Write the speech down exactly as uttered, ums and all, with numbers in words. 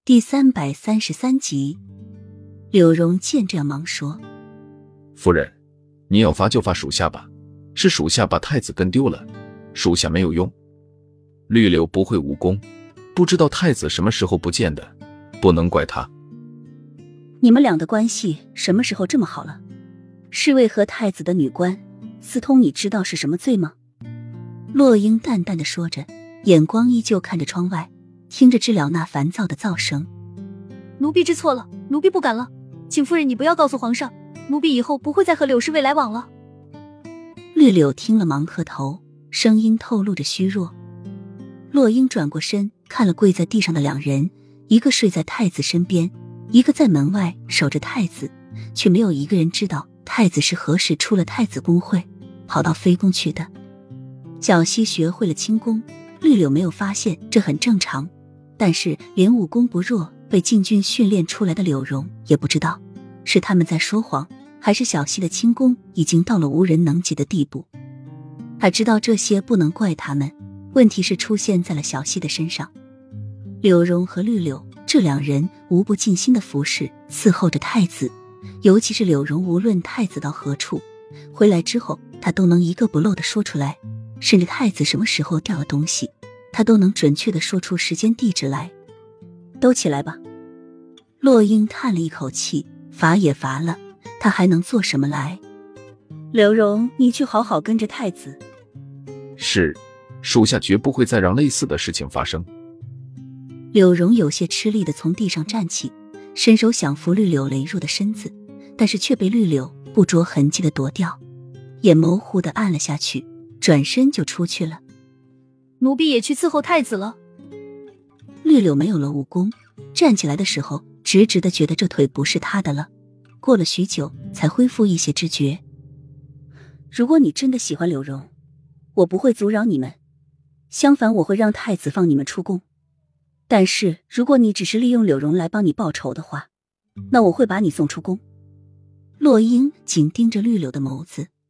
第三百三十三集。柳荣见这样忙说： 夫人，你要罚就罚属下吧，是属下把太子跟丢了，属下没有用。绿柳不会武功，不知道太子什么时候不见的，不能怪他。 你们俩的关系什么时候这么好了？侍卫和太子的女官私通，你知道是什么罪吗？洛英淡淡的说着，眼光依旧看着窗外，听着知了那烦躁的噪声。 奴婢知错了，奴婢不敢了，请夫人你不要告诉皇上，奴婢以后不会再和柳侍卫来往了。 绿柳听了忙磕头，声音透露着虚弱。洛英转过身看了跪在地上的两人，一个睡在太子身边，一个在门外守着太子，却没有一个人知道太子是何时出了太子宫会跑到妃宫去的。小溪学会了轻功，绿柳没有发现这很正常，但是连武功不弱被禁军训练出来的柳荣也不知道是他们在说谎，还是小溪的轻功已经到了无人能及的地步。他知道这些不能怪他们，问题是出现在了小溪的身上。柳荣和绿柳这两人无不尽心的服侍伺候着太子，尤其是柳荣，无论太子到何处回来之后，他都能一个不漏的说出来，甚至太子什么时候掉了东西，他都能准确的说出时间地址来。都起来吧。洛英叹了一口气，罚也罚了，他还能做什么来？柳荣，你去好好跟着太子。 是，属下绝不会再让类似的事情发生。 柳荣有些吃力地从地上站起，伸手想扶绿柳羸弱的身子，但是却被绿柳不着痕迹地夺掉，眼模糊地按了下去，转身就出去了。 奴婢也去伺候太子了。 绿柳没有了武功，站起来的时候直直地觉得这腿不是他的了，过了许久才恢复一些知觉。如果你真的喜欢柳荣，我不会阻扰你们，相反我会让太子放你们出宫。但是如果你只是利用柳荣来帮你报仇的话，那我会把你送出宫。洛英紧盯着绿柳的眸子，